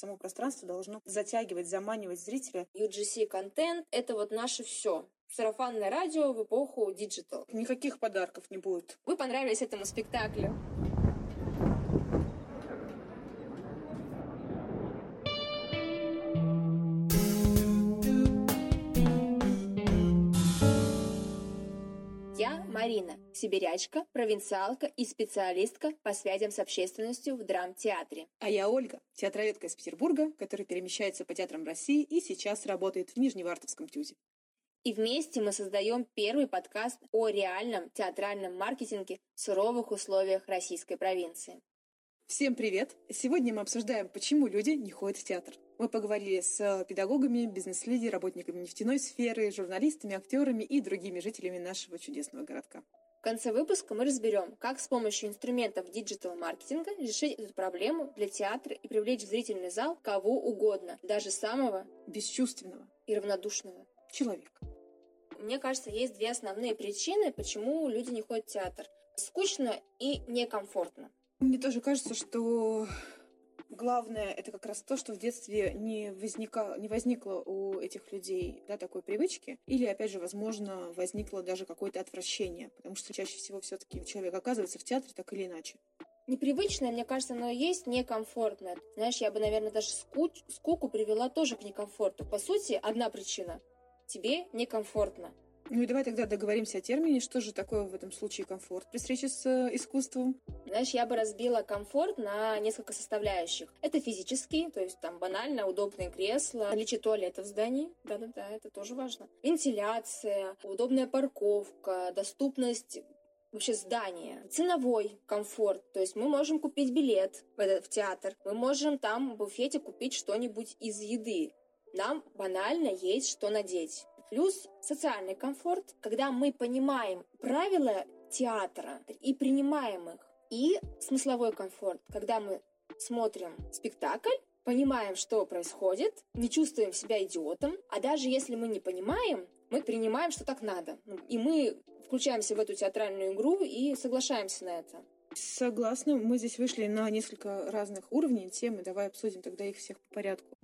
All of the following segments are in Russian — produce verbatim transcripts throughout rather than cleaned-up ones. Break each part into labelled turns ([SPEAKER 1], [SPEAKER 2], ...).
[SPEAKER 1] само пространство должно затягивать, заманивать зрителя.
[SPEAKER 2] ю джи си-контент — это вот наше все. Сарафанное радио в эпоху диджитал.
[SPEAKER 1] Никаких подарков не будет.
[SPEAKER 2] Вы понравились этому спектаклю. Я Марина, сибирячка, провинциалка и специалистка по связям с общественностью в драмтеатре.
[SPEAKER 1] А я Ольга, театроведка из Петербурга, которая перемещается по театрам России и сейчас работает в Нижневартовском ТЮЗе.
[SPEAKER 2] И вместе мы создаем первый подкаст о реальном театральном маркетинге в суровых условиях российской провинции.
[SPEAKER 1] Всем привет! Сегодня мы обсуждаем, почему люди не ходят в театр. Мы поговорили с педагогами, бизнес-леди, работниками нефтяной сферы, журналистами, актерами и другими жителями нашего чудесного городка.
[SPEAKER 2] В конце выпуска мы разберем, как с помощью инструментов диджитал-маркетинга решить эту проблему для театра и привлечь в зрительный зал кого угодно, даже самого
[SPEAKER 1] бесчувственного
[SPEAKER 2] и равнодушного
[SPEAKER 1] человека.
[SPEAKER 2] Мне кажется, есть две основные причины, почему люди не ходят в театр. Скучно и некомфортно.
[SPEAKER 1] Мне тоже кажется, что главное это как раз то, что в детстве не, возника... не возникло у этих людей, да, такой привычки, или, опять же, возможно, возникло даже какое-то отвращение, потому что чаще всего все-таки человек оказывается в театре так или иначе.
[SPEAKER 2] Непривычное, мне кажется, оно и есть некомфортное. Знаешь, я бы, наверное, даже скуч... скуку привела тоже к некомфорту. По сути, одна причина. Тебе некомфортно.
[SPEAKER 1] Ну и давай тогда договоримся о термине, что же такое в этом случае комфорт при встрече с э, искусством.
[SPEAKER 2] Знаешь, я бы разбила комфорт на несколько составляющих. Это физический, то есть там банально удобные кресла, наличие туалета в здании, да-да-да, это тоже важно. Вентиляция, удобная парковка, доступность вообще здания. Ценовой комфорт, то есть мы можем купить билет в, этот, в театр, мы можем там в буфете купить что-нибудь из еды. Нам банально есть что надеть. Плюс социальный комфорт, когда мы понимаем правила театра и принимаем их. И смысловой комфорт, когда мы смотрим спектакль, понимаем, что происходит, не чувствуем себя идиотом, а даже если мы не понимаем, мы принимаем, что так надо. И мы включаемся в эту театральную игру и соглашаемся на это.
[SPEAKER 1] Согласна, мы здесь вышли на несколько разных уровней темы, давай обсудим тогда их всех по порядку.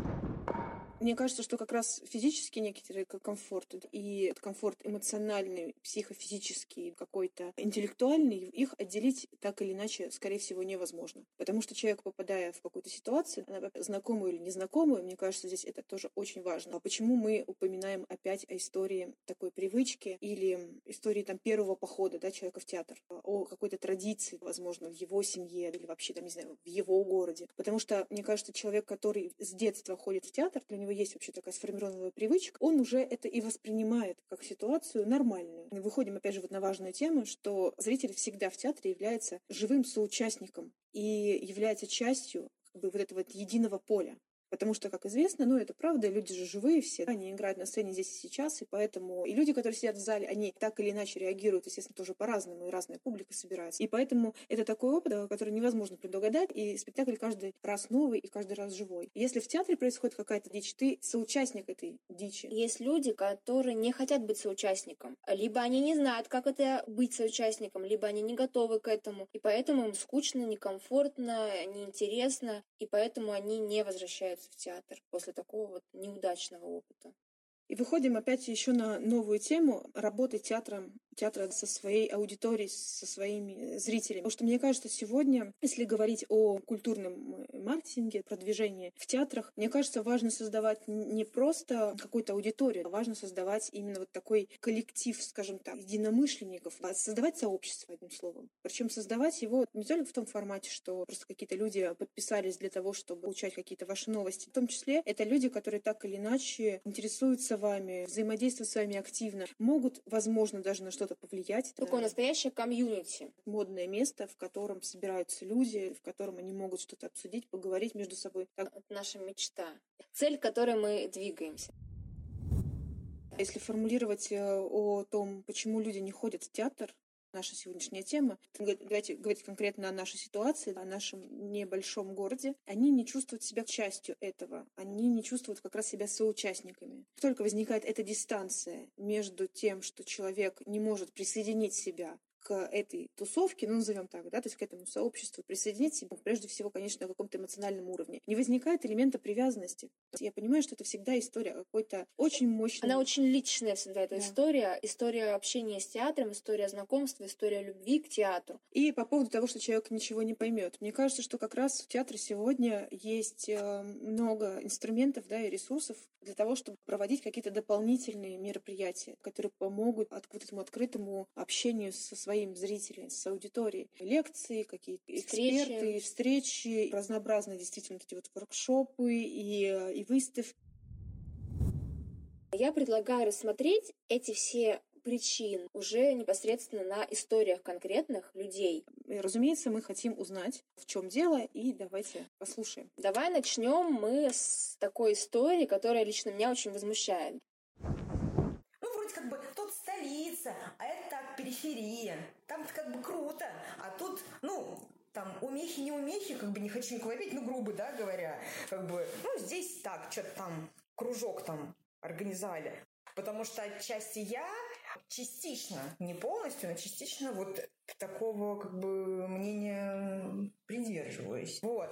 [SPEAKER 1] Мне кажется, что как раз физический некоторый комфорт и этот комфорт эмоциональный, психофизический, какой-то интеллектуальный, их отделить так или иначе, скорее всего, невозможно. Потому что человек, попадая в какую-то ситуацию, знакомую или незнакомую, мне кажется, здесь это тоже очень важно. А почему мы упоминаем опять о истории такой привычки или истории там первого похода, да, человека в театр, о какой-то традиции, возможно, в его семье или вообще, там, не знаю, в его городе. Потому что, мне кажется, человек, который с детства ходит в театр, для него есть вообще такая сформированная привычка, он уже это и воспринимает как ситуацию нормальную. Мы выходим, опять же, вот на важную тему, что зритель всегда в театре является живым соучастником и является частью как бы вот этого вот единого поля. Потому что, как известно, ну это правда, люди же живые все, они играют на сцене здесь и сейчас, и поэтому и люди, которые сидят в зале, они так или иначе реагируют, естественно, тоже по-разному, и разная публика собирается. И поэтому это такой опыт, который невозможно предугадать, и спектакль каждый раз новый и каждый раз живой. Если в театре происходит какая-то дичь, ты соучастник этой дичи.
[SPEAKER 2] Есть люди, которые не хотят быть соучастником, либо они не знают, как это быть соучастником, либо они не готовы к этому, и поэтому им скучно, некомфортно, неинтересно, и поэтому они не возвращаются в театр после такого вот неудачного опыта.
[SPEAKER 1] И выходим опять еще на новую тему работы театра, театра со своей аудиторией, со своими зрителями. Потому что мне кажется, сегодня, если говорить о культурном маркетинге, продвижении в театрах, мне кажется, важно создавать не просто какую-то аудиторию, а важно создавать именно вот такой коллектив, скажем так, единомышленников, а создавать сообщество, одним словом. Причем создавать его не только в том формате, что просто какие-то люди подписались для того, чтобы получать какие-то ваши новости. В том числе это люди, которые так или иначе интересуются вами, взаимодействуют с вами активно, могут, возможно, даже на что-то повлиять.
[SPEAKER 2] Такое настоящее комьюнити.
[SPEAKER 1] Модное место, в котором собираются люди, в котором они могут что-то обсудить, поговорить между собой.
[SPEAKER 2] Это наша мечта. Цель, к которой мы двигаемся.
[SPEAKER 1] Если формулировать о том, почему люди не ходят в театр, наша сегодняшняя тема. Давайте говорить конкретно о нашей ситуации, о нашем небольшом городе. Они не чувствуют себя частью этого. Они не чувствуют как раз себя соучастниками. Как только возникает эта дистанция между тем, что человек не может присоединить себя к этой тусовке, ну, назовем так, да, то есть к этому сообществу присоединить себя, прежде всего, конечно, на каком-то эмоциональном уровне. Не возникает элемента привязанности. Я понимаю, что это всегда история какой-то очень мощной.
[SPEAKER 2] Она очень личная всегда, эта
[SPEAKER 1] Да.
[SPEAKER 2] история. История общения с театром, история знакомства, история любви к театру.
[SPEAKER 1] И по поводу того, что человек ничего не поймет. Мне кажется, что как раз в театре сегодня есть э, много инструментов, да, и ресурсов для того, чтобы проводить какие-то дополнительные мероприятия, которые помогут от, вот этому открытому общению со своим зрителем, с аудиторией. Лекции, какие-то эксперты,
[SPEAKER 2] Встречи.
[SPEAKER 1] встречи, разнообразные действительно эти вот воркшопы и, э, и выставки.
[SPEAKER 2] Я предлагаю рассмотреть эти все причин уже непосредственно на историях конкретных людей.
[SPEAKER 1] И, разумеется, мы хотим узнать, в чем дело, и давайте послушаем.
[SPEAKER 2] Давай начнем мы с такой истории, которая лично меня очень возмущает.
[SPEAKER 3] Ну, вроде как бы тут столица, а это так, периферия. Там-то как бы круто, а тут, ну, там умехи, не умехи, как бы не хочу никого обидеть, ну, грубо, да, говоря, как бы, ну, здесь так, что-то там, кружок там организовали. Потому что отчасти я частично, не полностью, но частично вот такого как бы мнения придерживаюсь. Вот.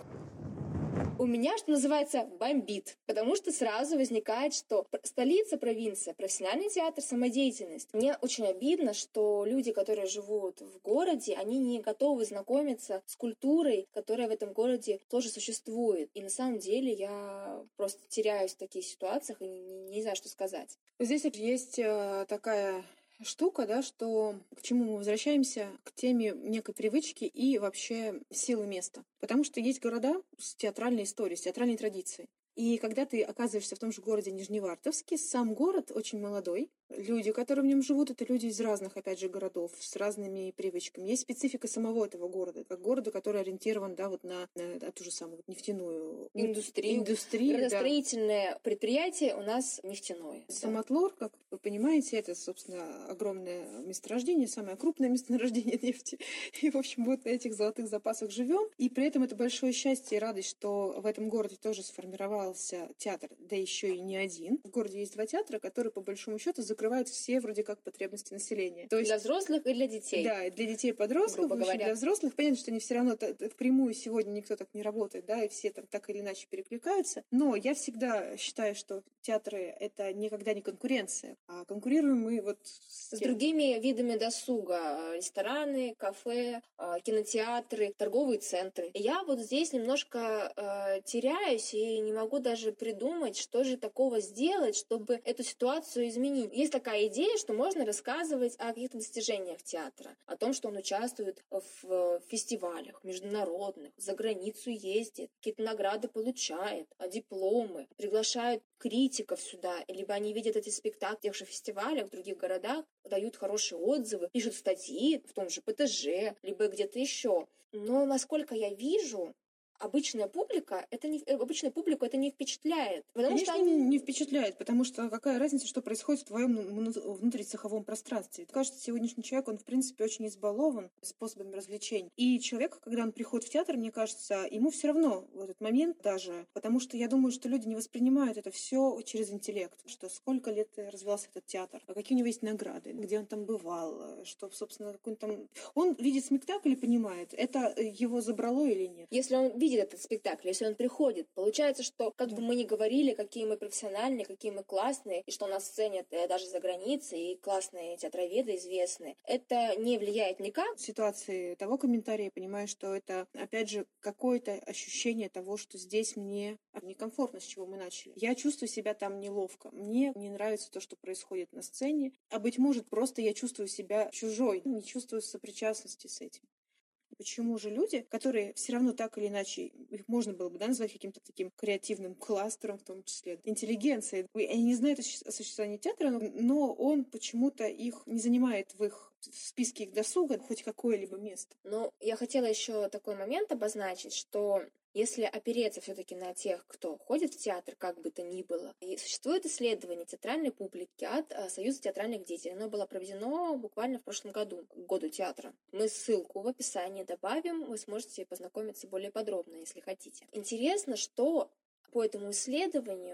[SPEAKER 2] У меня, что называется, бомбит, потому что сразу возникает, что столица, провинция, профессиональный театр, самодеятельность. Мне очень обидно, что люди, которые живут в городе, они не готовы знакомиться с культурой, которая в этом городе тоже существует. И на самом деле я просто теряюсь в таких ситуациях и не, не знаю, что сказать.
[SPEAKER 1] Здесь есть э, такая штука, да, что к чему мы возвращаемся, к теме некой привычки и вообще силы места. Потому что есть города с театральной историей, с театральной традицией. И когда ты оказываешься в том же городе Нижневартовске, сам город очень молодой. Люди, которые в нем живут, это люди из разных, опять же, городов, с разными привычками. Есть специфика самого этого города, как города, который ориентирован, да, вот на, на ту же самую вот нефтяную
[SPEAKER 2] индустрию.
[SPEAKER 1] индустрию
[SPEAKER 2] Градостроительное
[SPEAKER 1] да.
[SPEAKER 2] предприятие у нас нефтяное.
[SPEAKER 1] Самотлор, как вы понимаете, это, собственно, огромное месторождение, самое крупное месторождение нефти. И, в общем, вот на этих золотых запасах живем. И при этом это большое счастье и радость, что в этом городе тоже сформировался театр, да еще и не один. В городе есть два театра, которые, по большому счету, закрывают все вроде как потребности населения.
[SPEAKER 2] То есть, для взрослых и для детей.
[SPEAKER 1] Да, и для детей и подростков,
[SPEAKER 2] грубо говоря.
[SPEAKER 1] Для взрослых. Понятно, что они все равно впрямую сегодня никто так не работает, да, и все там так или иначе перекликаются. Но я всегда считаю, что театры — это никогда не конкуренция, а конкурируем мы вот с,
[SPEAKER 2] с другими видами досуга. Рестораны, кафе, кинотеатры, торговые центры. Я вот здесь немножко э, теряюсь и не могу даже придумать, что же такого сделать, чтобы эту ситуацию изменить. Есть такая идея, что можно рассказывать о каких-то достижениях театра, о том, что он участвует в фестивалях международных, за границу ездит, какие-то награды получает, дипломы, приглашают критиков сюда, либо они видят эти спектакли в тех же фестивалях в других городах, дают хорошие отзывы, пишут статьи в том же ПТЖ, либо где-то еще. Но, насколько я вижу, обычная публика, это не, обычную публику это не впечатляет. Потому
[SPEAKER 1] Конечно,
[SPEAKER 2] что они...
[SPEAKER 1] не впечатляет, потому что какая разница, что происходит в твоем внутрицеховом пространстве. Кажется, сегодняшний человек, он, в принципе, очень избалован способами развлечений. И человек, когда он приходит в театр, мне кажется, ему все равно в этот момент даже, потому что я думаю, что люди не воспринимают это все через интеллект, что сколько лет развивался этот театр, какие у него есть награды, где он там бывал, что, собственно, какой он там... Он видит спектакль и понимает, это его забрало или нет.
[SPEAKER 2] Если он видит этот спектакль, если он приходит, получается, что как бы мы ни говорили, какие мы профессиональные, какие мы классные, и что нас ценят даже за границей, и классные театроведы известные, это не влияет никак.
[SPEAKER 1] В ситуации того комментария я понимаю, что это, опять же, какое-то ощущение того, что здесь мне некомфортно, с чего мы начали. Я чувствую себя там неловко. Мне не нравится то, что происходит на сцене. А быть может, просто я чувствую себя чужой, не чувствую сопричастности с этим. Почему же люди, которые все равно так или иначе, их можно было бы да, назвать каким-то таким креативным кластером, в том числе интеллигенцией, они не знают о существовании театра, но он почему-то их не занимает в их в списке их досуга хоть какое-либо место.
[SPEAKER 2] Но я хотела еще такой момент обозначить, что если опереться все-таки на тех, кто ходит в театр, как бы то ни было, и существует исследование театральной публики от Союза театральных деятелей. Оно было проведено буквально в прошлом году, к году театра. Мы ссылку в описании добавим, вы сможете познакомиться более подробно, если хотите. Интересно, что по этому исследованию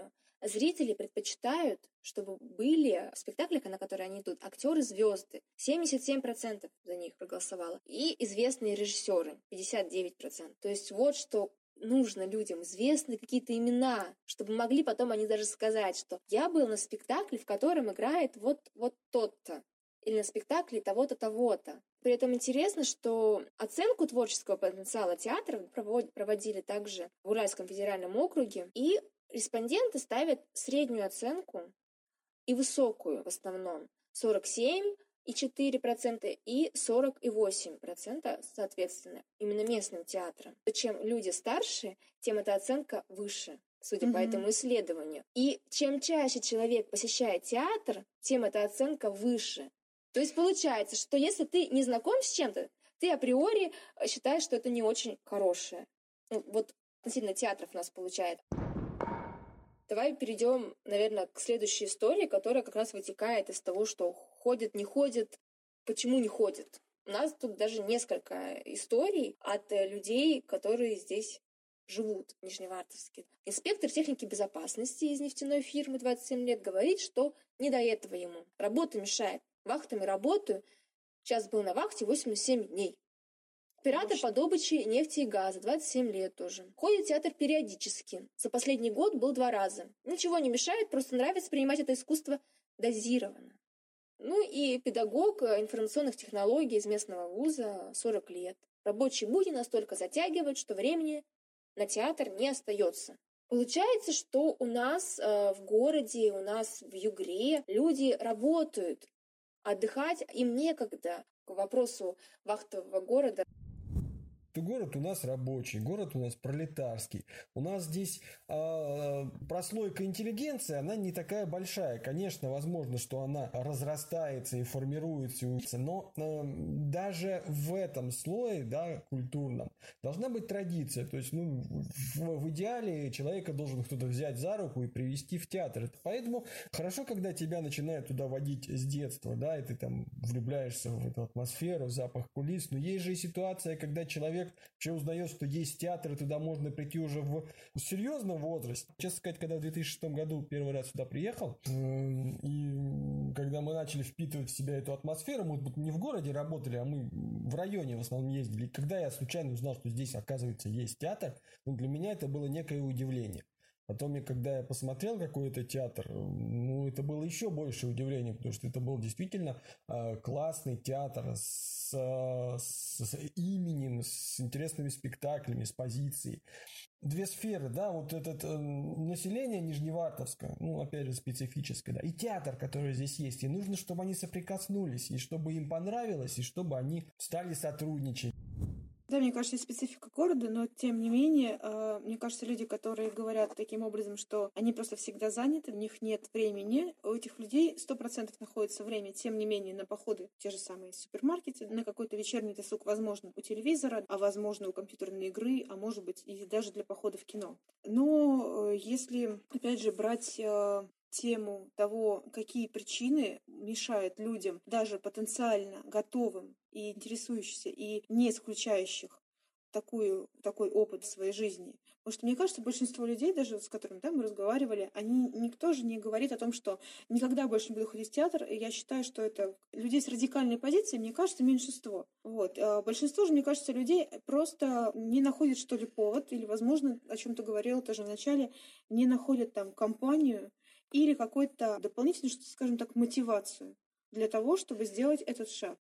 [SPEAKER 2] Зрители предпочитают, чтобы были в спектаклях, на которые они идут, актеры-звезды. семьдесят семь процентов за них проголосовало. И известные режиссеры. пятьдесят девять процентов. То есть вот что нужно людям, известны какие-то имена, чтобы могли потом они даже сказать, что я был на спектакле, в котором играет вот, вот тот-то. Или на спектакле того-то, того-то. При этом интересно, что оценку творческого потенциала театров проводили также в Уральском федеральном округе, и респонденты ставят среднюю оценку и высокую в основном. сорок семь и четыре десятых процента и сорок и восемь процентов соответственно, именно местным театрам. Чем люди старше, тем эта оценка выше, судя mm-hmm. по этому исследованию. И чем чаще человек посещает театр, тем эта оценка выше. То есть получается, что если ты не знаком с чем-то, ты априори считаешь, что это не очень хорошее. Ну, вот относительно театров у нас получается. Давай перейдем, наверное, к следующей истории, которая как раз вытекает из того, что ходит, не ходит, почему не ходит. У нас тут даже несколько историй от людей, которые здесь живут, в Нижневартовске. Инспектор техники безопасности из нефтяной фирмы двадцать семь лет говорит, что не до этого ему. Работа мешает. Вахтами работаю. Сейчас был на вахте восемьдесят семь дней. Оператор по добыче нефти и газа, двадцать семь лет тоже. Ходит в театр периодически. За последний год был два раза. Ничего не мешает, просто нравится принимать это искусство дозированно. Ну и педагог информационных технологий из местного вуза, сорок лет. Рабочие будни настолько затягивают, что времени на театр не остается. Получается, что у нас э, в городе, у нас в Югре люди работают. Отдыхать им некогда. К вопросу вахтового города.
[SPEAKER 4] Город у нас рабочий, город у нас пролетарский. У нас здесь э, прослойка интеллигенции, она не такая большая. Конечно, возможно, что она разрастается и формируется, но э, даже в этом слое, да, культурном, должна быть традиция. То есть, ну, в, в идеале человека должен кто-то взять за руку и привести в театр. Поэтому хорошо, когда тебя начинают туда водить с детства, да, и ты там влюбляешься в эту атмосферу, в запах кулис. Но есть же и ситуация, когда человек вообще узнает, что есть театр, и туда можно прийти уже в серьезном возрасте. Честно сказать, когда в две тысячи шестом году первый раз сюда приехал, и когда мы начали впитывать в себя эту атмосферу, мы не в городе работали, а мы в районе в основном ездили. И когда я случайно узнал, что здесь, оказывается, есть театр, ну, для меня это было некое удивление. Потом, когда я посмотрел какой-то театр, ну, это было еще больше удивление, потому что это был действительно э, классный театр с, с, с именем, с интересными спектаклями, с позицией. Две сферы, да, вот это э, население Нижневартовское, ну, опять же, специфическое, да, и театр, который здесь есть, и нужно, чтобы они соприкоснулись, и чтобы им понравилось, и чтобы они стали сотрудничать.
[SPEAKER 1] Да, мне кажется, это специфика города, но тем не менее, э, мне кажется, люди, которые говорят таким образом, что они просто всегда заняты, у них нет времени, у этих людей сто процентов находится время, тем не менее, на походы в те же самые супермаркеты, на какой-то вечерний досуг, возможно, у телевизора, а возможно, у компьютерной игры, а может быть, и даже для похода в кино. Но э, если, опять же, брать... Э, тему того, какие причины мешают людям, даже потенциально готовым и интересующимся, и не исключающих такую, такой опыт в своей жизни. Потому что, мне кажется, большинство людей, даже с которыми да, мы разговаривали, они, никто же не говорит о том, что никогда больше не буду ходить в театр. И я считаю, что это людей с радикальной позицией, мне кажется, меньшинство. Вот. А большинство же, мне кажется, людей просто не находят, что ли, повод, или, возможно, о чем ты говорила тоже в начале, не находят там компанию, или какую-то дополнительную, скажем так, мотивацию для того, чтобы сделать этот шаг.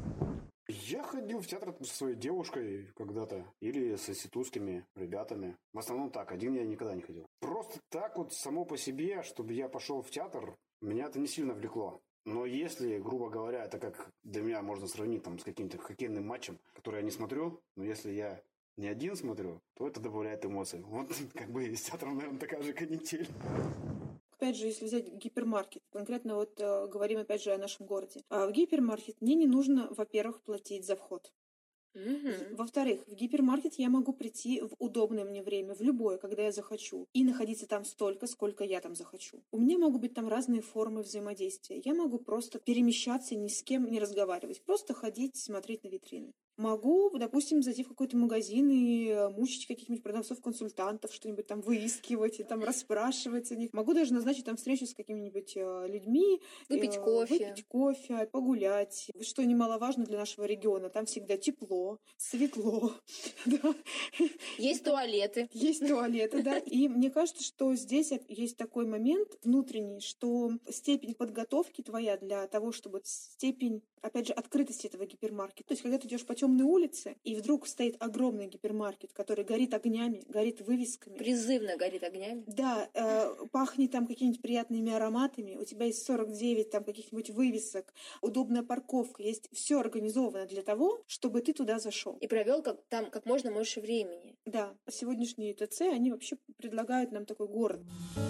[SPEAKER 5] Я ходил в театр со своей девушкой когда-то, или с институтскими ребятами. В основном так, один я никогда не ходил. Просто так вот само по себе, чтобы я пошел в театр, меня это не сильно влекло. Но если, грубо говоря, это как для меня можно сравнить там, с каким-то хоккейным матчем, который я не смотрю, но если я не один смотрю, то это добавляет эмоций. Вот как бы с театром, наверное, такая же канитель.
[SPEAKER 1] Опять же, если взять гипермаркет, конкретно вот э, говорим опять же о нашем городе. А в гипермаркет мне не нужно, во-первых, платить за вход. Mm-hmm. Во-вторых, в гипермаркет я могу прийти в удобное мне время, в любое, когда я захочу, и находиться там столько, сколько я там захочу. У меня могут быть там разные формы взаимодействия. Я могу просто перемещаться, ни с кем не разговаривать, просто ходить, смотреть на витрины. Могу, допустим, зайти в какой-то магазин и мучить каких-нибудь продавцов-консультантов, что-нибудь там выискивать и там расспрашивать о них. Могу даже назначить там встречу с какими-нибудь э, людьми.
[SPEAKER 2] Выпить
[SPEAKER 1] э,
[SPEAKER 2] кофе.
[SPEAKER 1] Выпить кофе, погулять. Что немаловажно для нашего региона. Там всегда тепло, светло. да.
[SPEAKER 2] Есть туалеты.
[SPEAKER 1] Есть туалеты, да. И мне кажется, что здесь есть такой момент внутренний, что степень подготовки твоя для того, чтобы степень, опять же, открытости этого гипермаркета. То есть, когда ты идешь по темной улице, и вдруг стоит огромный гипермаркет, который горит огнями, горит вывесками.
[SPEAKER 2] Призывно горит огнями.
[SPEAKER 1] Да, э, пахнет там какими-нибудь приятными ароматами. У тебя есть сорок девять там каких-нибудь вывесок, удобная парковка. Есть все организовано для того, чтобы ты туда зашел.
[SPEAKER 2] И провел как, там как можно больше времени.
[SPEAKER 1] Да, сегодняшние ТЦ, они вообще предлагают нам такой город.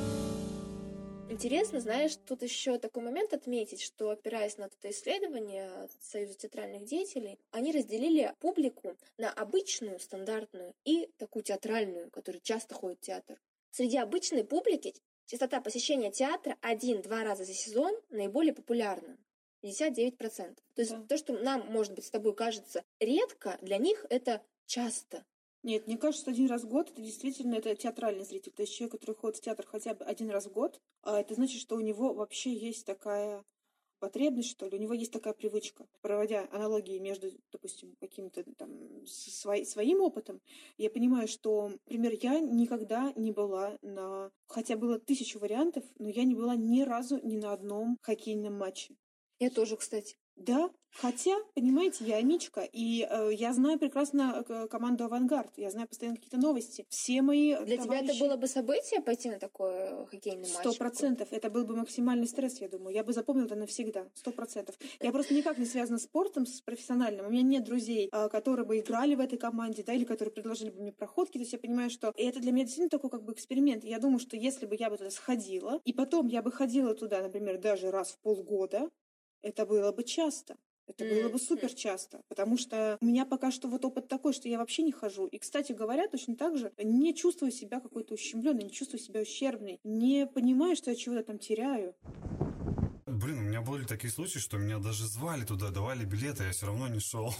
[SPEAKER 2] Интересно, знаешь, тут еще такой момент отметить, что, опираясь на это исследование Союза театральных деятелей, они разделили публику на обычную, стандартную и такую театральную, которая часто ходит в театр. Среди обычной публики частота посещения театра один-два раза за сезон наиболее популярна. пятьдесят девять процентов. То есть
[SPEAKER 1] Да.
[SPEAKER 2] то, что нам, может быть, с тобой кажется редко, для них это часто.
[SPEAKER 1] Нет, мне кажется, что один раз в год это действительно это театральный зритель. То есть человек, который ходит в театр хотя бы один раз в год, а это значит, что у него вообще есть такая потребность, что ли, у него есть такая привычка. Проводя аналогии между, допустим, каким-то там свои, своим опытом, я понимаю, что, например, я никогда не была на... Хотя было тысячу вариантов, но я не была ни разу ни на одном хоккейном матче.
[SPEAKER 2] Я тоже, кстати.
[SPEAKER 1] Да, хотя, понимаете, я амичка, и э, я знаю прекрасно э, команду «Авангард», я знаю постоянно какие-то новости. Все мои
[SPEAKER 2] Для тебя это было бы событие пойти на такой э, хоккейный матч?
[SPEAKER 1] Сто процентов. Это был бы максимальный стресс, я думаю. Я бы запомнила это навсегда. Сто процентов. Я просто никак не связана с спортом, с профессиональным. У меня нет друзей, э, которые бы играли в этой команде, да, или которые предложили бы мне проходки. То есть я понимаю, что и это для меня действительно такой как бы эксперимент. Я думаю, что если бы я бы туда сходила, и потом я бы ходила туда, например, даже раз в полгода, это было бы часто. Это
[SPEAKER 2] Mm-hmm.
[SPEAKER 1] было бы супер часто, потому что у меня пока что вот опыт такой, что я вообще не хожу. И, кстати говоря, точно так же не чувствую себя какой-то ущемленной, не чувствую себя ущербной, не понимаю, что я чего-то там теряю.
[SPEAKER 6] Блин, у меня были такие случаи, что меня даже звали туда, давали билеты, я все равно не шел.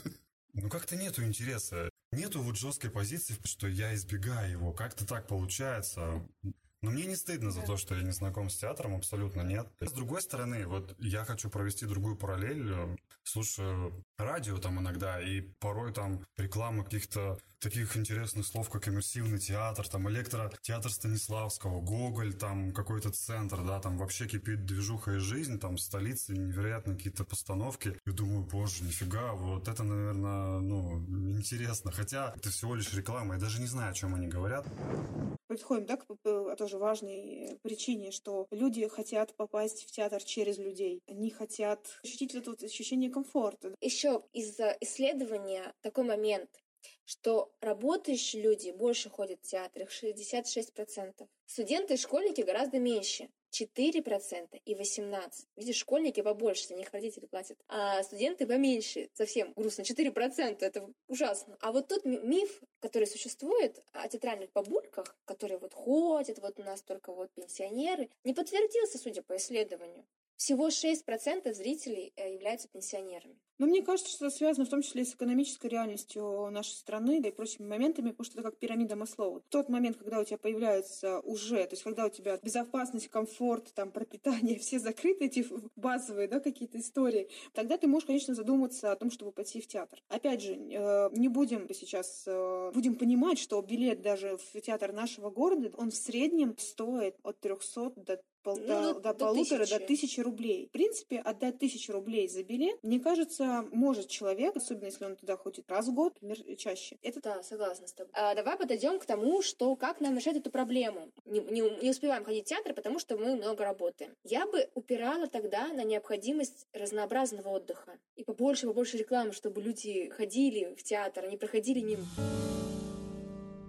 [SPEAKER 6] Ну как-то нету интереса. Нету вот жесткой позиции, что я избегаю его. Как-то так получается. Но мне не стыдно за то, что я не знаком с театром, абсолютно нет. С другой стороны, вот я хочу провести другую параллель. Слушаю радио там иногда, и порой там реклама каких-то таких интересных слов, как иммерсивный театр, там электротеатр Станиславского, Гоголь, там какой-то центр, да, там вообще кипит движуха и жизнь, там в столице невероятные какие-то постановки. И думаю, боже, нифига, вот это, наверное, ну, интересно. Хотя это всего лишь реклама, я даже не знаю, о чем они говорят.
[SPEAKER 1] Подходим, да, к тоже важной причине, что люди хотят попасть в театр через людей. Они хотят ощутить это вот ощущение комфорта.
[SPEAKER 2] Еще из исследования такой момент, что работающие люди больше ходят в театр, их шестьдесят шесть процентов. Студенты и школьники гораздо меньше. четыре процента и восемнадцать процентов. Видишь, школьники побольше, за них родители платят. А студенты поменьше. Совсем грустно. четыре процента. Это ужасно. А вот тот миф, который существует о театральных бабульках, которые вот ходят, вот у нас только вот пенсионеры, не подтвердился, судя по исследованию. Всего шесть процентов зрителей являются пенсионерами.
[SPEAKER 1] Но мне кажется, что это связано в том числе и с экономической реальностью нашей страны, да и прочими моментами, потому что это как пирамида Маслоу. В тот момент, когда у тебя появляется уже, то есть когда у тебя безопасность, комфорт, там, пропитание, все закрыты, эти базовые, да, какие-то истории, тогда ты можешь, конечно, задуматься о том, чтобы пойти в театр. Опять же, не будем сейчас, будем понимать, что билет даже в театр нашего города, он в среднем стоит от трехсот до Пол,
[SPEAKER 2] ну,
[SPEAKER 1] до,
[SPEAKER 2] до,
[SPEAKER 1] до
[SPEAKER 2] до
[SPEAKER 1] полутора,
[SPEAKER 2] тысячи.
[SPEAKER 1] до тысячи рублей. В принципе, отдать тысячу рублей за билет, мне кажется, может человек, особенно если он туда ходит раз в год, например, чаще.
[SPEAKER 2] Это да, согласна с тобой. А, давай подойдем к тому, что как нам решать эту проблему. Не, не, не успеваем ходить в театр, потому что мы много работаем. Я бы упирала тогда на необходимость разнообразного отдыха. И побольше, побольше рекламы, чтобы люди ходили в театр, а не проходили мимо.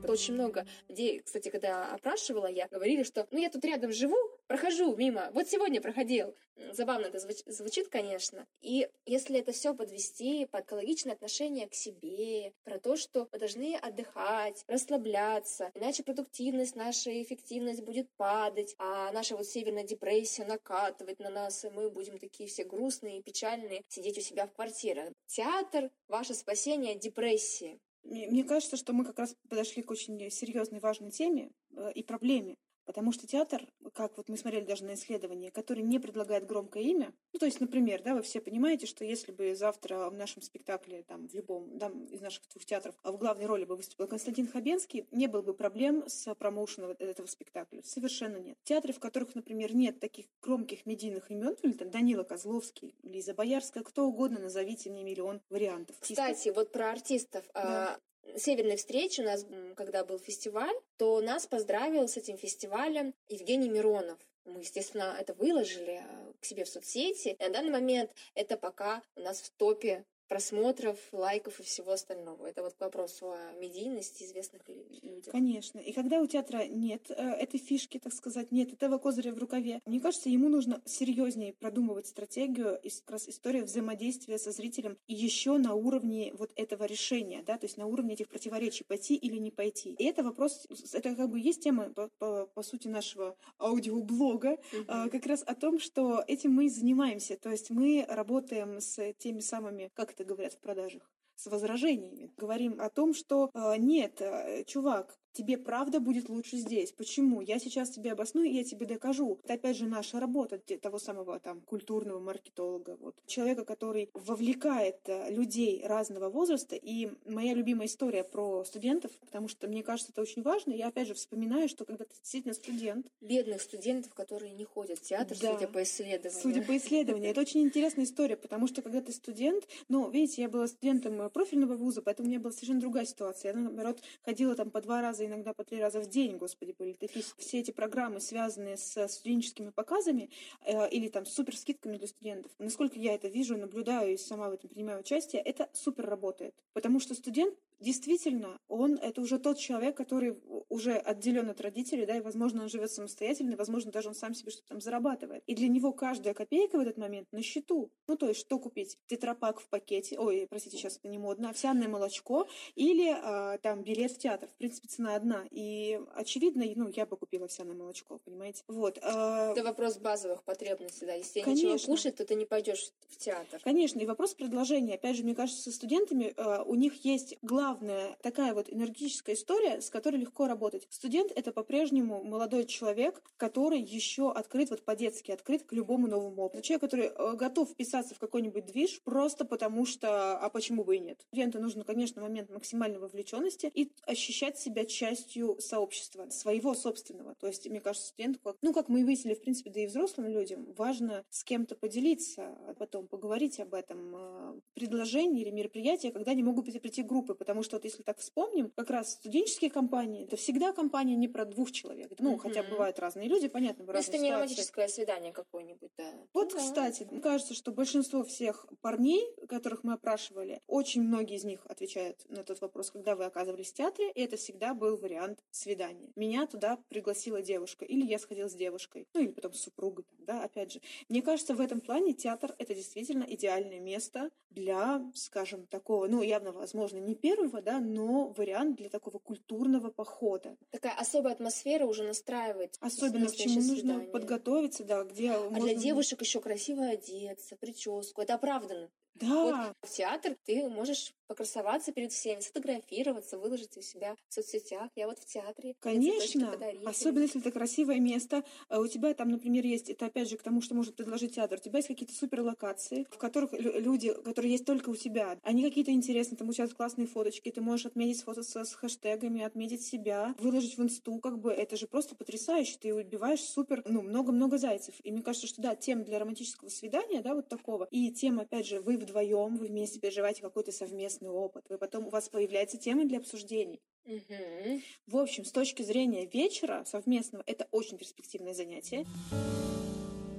[SPEAKER 2] Очень много людей, кстати, когда опрашивала я, говорили, что ну я тут рядом живу, прохожу мимо, вот сегодня проходил. Забавно это звуч- звучит, конечно. И если это все подвести под экологичное отношение к себе, про то, что мы должны отдыхать, расслабляться, иначе продуктивность наша и эффективность будет падать, а наша вот северная депрессия накатывать на нас, и мы будем такие все грустные и печальные сидеть у себя в квартире. Театр — ваше спасение от депрессии.
[SPEAKER 1] Мне мне кажется, что мы как раз подошли к очень серьезной, важной теме э, и проблеме. Потому что театр, как вот мы смотрели даже на исследование, который не предлагает громкое имя. Ну, то есть, например, да, вы все понимаете, что если бы завтра в нашем спектакле, там, в любом, да, из наших двух театров, а в главной роли бы выступил Константин Хабенский, не было бы проблем с промоушеном этого спектакля. Совершенно нет. Театры, в которых, например, нет таких громких медийных имен, или там Данила Козловский, Лиза Боярская, кто угодно, назовите мне миллион вариантов.
[SPEAKER 2] Кстати, вот про артистов.
[SPEAKER 1] Да.
[SPEAKER 2] Северной встречи у нас, когда был фестиваль, то нас поздравил с этим фестивалем Евгений Миронов. Мы, естественно, это выложили к себе в соцсети. И на данный момент это пока у нас в топе просмотров, лайков и всего остального. Это вот к вопросу о медийности известных людях.
[SPEAKER 1] Конечно. И когда у театра нет э, этой фишки, так сказать, нет этого козыря в рукаве, мне кажется, ему нужно серьезнее продумывать стратегию и как раз историю взаимодействия со зрителем и еще на уровне вот этого решения, да, то есть на уровне этих противоречий, пойти или не пойти. И это вопрос, это как бы есть тема, по, по, по сути, нашего аудиоблога, угу. э, как раз о том, что этим мы и занимаемся. То есть мы работаем с теми самыми, как это говорят в продажах, с возражениями. Говорим о том, что э, нет, э, чувак, тебе правда будет лучше здесь. Почему? Я сейчас тебе обосную, и я тебе докажу. Это опять же наша работа того самого там культурного маркетолога. Вот. Человека, который вовлекает э, людей разного возраста. И моя любимая история про студентов, потому что мне кажется, это очень важно. Я опять же вспоминаю, что когда ты действительно студент...
[SPEAKER 2] Бедных студентов, которые не ходят в театр, да, судя по исследованиям.
[SPEAKER 1] Судя по исследованиям. Это очень интересная история, потому что когда ты студент... Ну, видите, я была студентом профильного вуза, поэтому у меня была совершенно другая ситуация. Я, наоборот, ходила там по два раза, иногда по три раза в день, господи, были такие все эти программы, связанные с студенческими показами э, или там суперскидками для студентов. Насколько я это вижу, наблюдаю и сама в этом принимаю участие, это супер работает. Потому что студент действительно, он это уже тот человек, который уже отделен от родителей, да, и, возможно, он живет самостоятельно, и, возможно, даже он сам себе что-то там зарабатывает. И для него каждая копейка в этот момент на счету. Ну, то есть, что купить? Тетрапак в пакете, ой, простите, сейчас это не модно, овсяное молочко или а, там билет в театр. В принципе, цена одна. И, очевидно, ну, я бы купила овсяное молочко, понимаете? Вот. А...
[SPEAKER 2] Это вопрос базовых потребностей, да. Если
[SPEAKER 1] Конечно.
[SPEAKER 2] нечего кушать, то ты не пойдешь в театр.
[SPEAKER 1] Конечно. И вопрос предложения. Опять же, мне кажется, со студентами а, у них есть главное Главная такая вот энергетическая история, с которой легко работать. Студент — это по-прежнему молодой человек, который еще открыт, вот по-детски открыт к любому новому опыту. Человек, который готов вписаться в какой-нибудь движ просто потому что, а почему бы и нет. Студенту нужен, конечно, момент максимальной вовлеченности и ощущать себя частью сообщества, своего собственного. То есть, мне кажется, студенту, как, ну, как мы и выяснили, в принципе, да и взрослым людям, важно с кем-то поделиться, а потом поговорить об этом предложении или мероприятии, когда не могут прийти группы, потому что вот если так вспомним, как раз студенческие компании, это всегда компания не про двух человек. Ну, mm-hmm. хотя бывают разные люди, понятно, в разных
[SPEAKER 2] ситуациях. Это не романтическое свидание какое-нибудь, да.
[SPEAKER 1] Вот,
[SPEAKER 2] да.
[SPEAKER 1] кстати, мне кажется, что большинство всех парней, которых мы опрашивали, очень многие из них отвечают на тот вопрос, когда вы оказывались в театре, и это всегда был вариант свидания. Меня туда пригласила девушка, или я сходила с девушкой, ну, или потом с супругой, да, опять же. Мне кажется, в этом плане театр — это действительно идеальное место для, скажем, такого, ну, явно, возможно, не первого, да, но вариант для такого культурного похода.
[SPEAKER 2] Такая особая атмосфера уже настраивает.
[SPEAKER 1] Особенно к чему нужно
[SPEAKER 2] свидание.
[SPEAKER 1] Подготовиться, да, где
[SPEAKER 2] А
[SPEAKER 1] можно...
[SPEAKER 2] для девушек еще красиво одеться, прическу. Это оправданно.
[SPEAKER 1] Да.
[SPEAKER 2] Вот в театр ты можешь покрасоваться перед всеми, сфотографироваться, выложить у себя в соцсетях. Я вот в театре.
[SPEAKER 1] Конечно. Особенно если это красивое место. У тебя там, например, есть, это опять же к тому, что может предложить театр. У тебя есть какие-то суперлокации, в которых люди, которые есть только у тебя. Они какие-то интересные, там у тебя классные фоточки, ты можешь отметить фото с, с хэштегами, отметить себя, выложить в инсту, как бы это же просто потрясающе. Ты убиваешь супер, ну, много-много зайцев. И мне кажется, что да, тема для романтического свидания, да, вот такого. И тема, опять же, вы вдвоем, вы вместе переживаете какой-то совместный опыт. Вы потом, у вас появляется тема для обсуждений.
[SPEAKER 2] Угу.
[SPEAKER 1] В общем, с точки зрения вечера совместного, это очень перспективное занятие.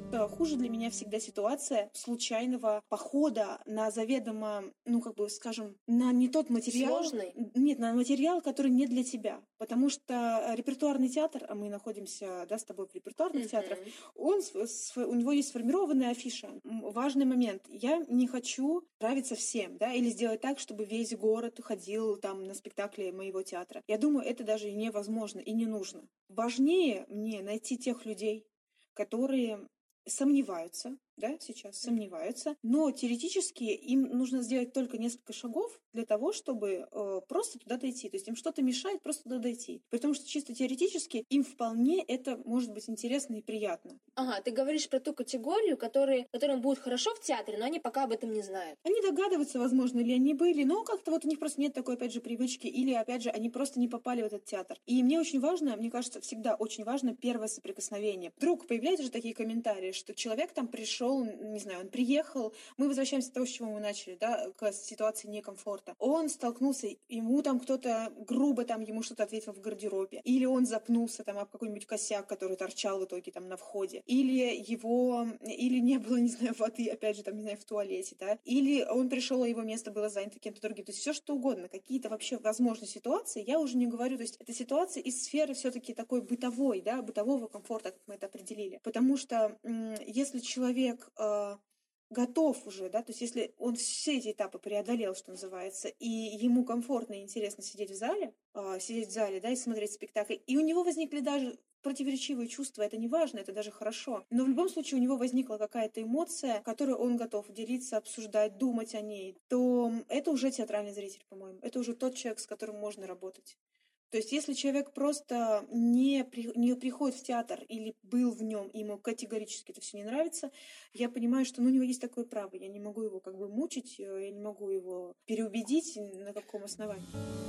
[SPEAKER 1] Хуже для меня всегда ситуация случайного похода на заведомо, ну, как бы, скажем, на не тот материал.
[SPEAKER 2] Сложный?
[SPEAKER 1] Нет, на материал, который не для тебя. Потому что репертуарный театр, а мы находимся, да, с тобой в репертуарных
[SPEAKER 2] Мгм.
[SPEAKER 1] театрах, он, с- с- у него есть сформированная афиша. М, Важный момент. Я не хочу нравиться всем, да, или сделать так, чтобы весь город ходил там на спектакли моего театра. Я думаю, это даже и невозможно, и не нужно. Важнее мне найти тех людей, которые сомневаются, да, сейчас сомневаются, но теоретически им нужно сделать только несколько шагов для того, чтобы э, просто туда дойти. То есть им что-то мешает просто туда дойти. Потому что чисто теоретически им вполне это может быть интересно и приятно.
[SPEAKER 2] Ага, ты говоришь про ту категорию, которые, которым будет хорошо в театре, но они пока об этом не знают.
[SPEAKER 1] Они догадываются, возможно, ли они были, но как-то вот у них просто нет такой, опять же, привычки, или, опять же, они просто не попали в этот театр. И мне очень важно, мне кажется, всегда очень важно первое соприкосновение. Вдруг появляются же такие комментарии, что человек там пришел, не знаю, он приехал, мы возвращаемся к тому, с чего мы начали, да, к ситуации некомфорта. Он столкнулся, ему там кто-то грубо там ему что-то ответил в гардеробе, или он запнулся там об какой-нибудь косяк, который торчал в итоге там на входе, или его, или не было, не знаю, воды, опять же, там, не знаю, в туалете, да, или он пришел, а его место было занято кем-то другим, то есть все что угодно, какие-то вообще возможные ситуации, я уже не говорю, то есть это ситуация из сферы все-таки такой бытовой, да, бытового комфорта, как мы это определили, потому что м, если человек э, готов уже, да, то есть если он все эти этапы преодолел, что называется, и ему комфортно и интересно сидеть в зале, э, сидеть в зале, да, и смотреть спектакль, и у него возникли даже противоречивые чувства, это не важно, это даже хорошо. Но в любом случае у него возникла какая-то эмоция, которую он готов делиться, обсуждать, думать о ней, то это уже театральный зритель, по-моему. Это уже тот человек, с которым можно работать. То есть если человек просто не, при, не приходит в театр или был в нем, и ему категорически это все не нравится, я понимаю, что ну, у него есть такое право. Я не могу его как бы мучить, я не могу его переубедить на каком основании.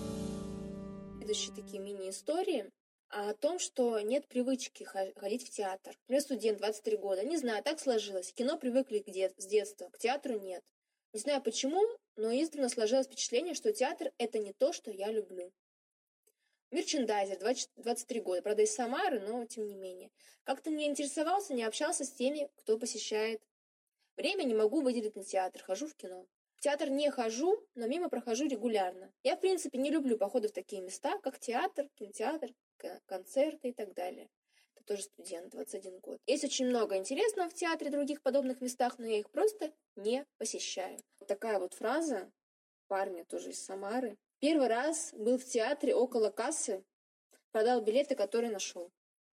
[SPEAKER 2] Следующие такие мини-истории о том, что нет привычки ходить в театр. Например, студент, двадцать три года. Не знаю, так сложилось. К кино привыкли с детства, к театру нет. Не знаю почему, но издавна сложилось впечатление, что театр — это не то, что я люблю. Мерчендайзер, двадцать три года. Правда, из Самары, но тем не менее. Как-то не интересовался, не общался с теми, кто посещает. Время не могу выделить на театр, хожу в кино. В театр не хожу, но мимо прохожу регулярно. Я, в принципе, не люблю походы в такие места, как театр, кинотеатр, концерты и так далее. Это тоже студент, двадцать один год. Есть очень много интересного в театре и других подобных местах, но я их просто не посещаю. Вот такая вот фраза парня тоже из Самары. Первый раз был в театре около кассы, продал билеты, которые нашел.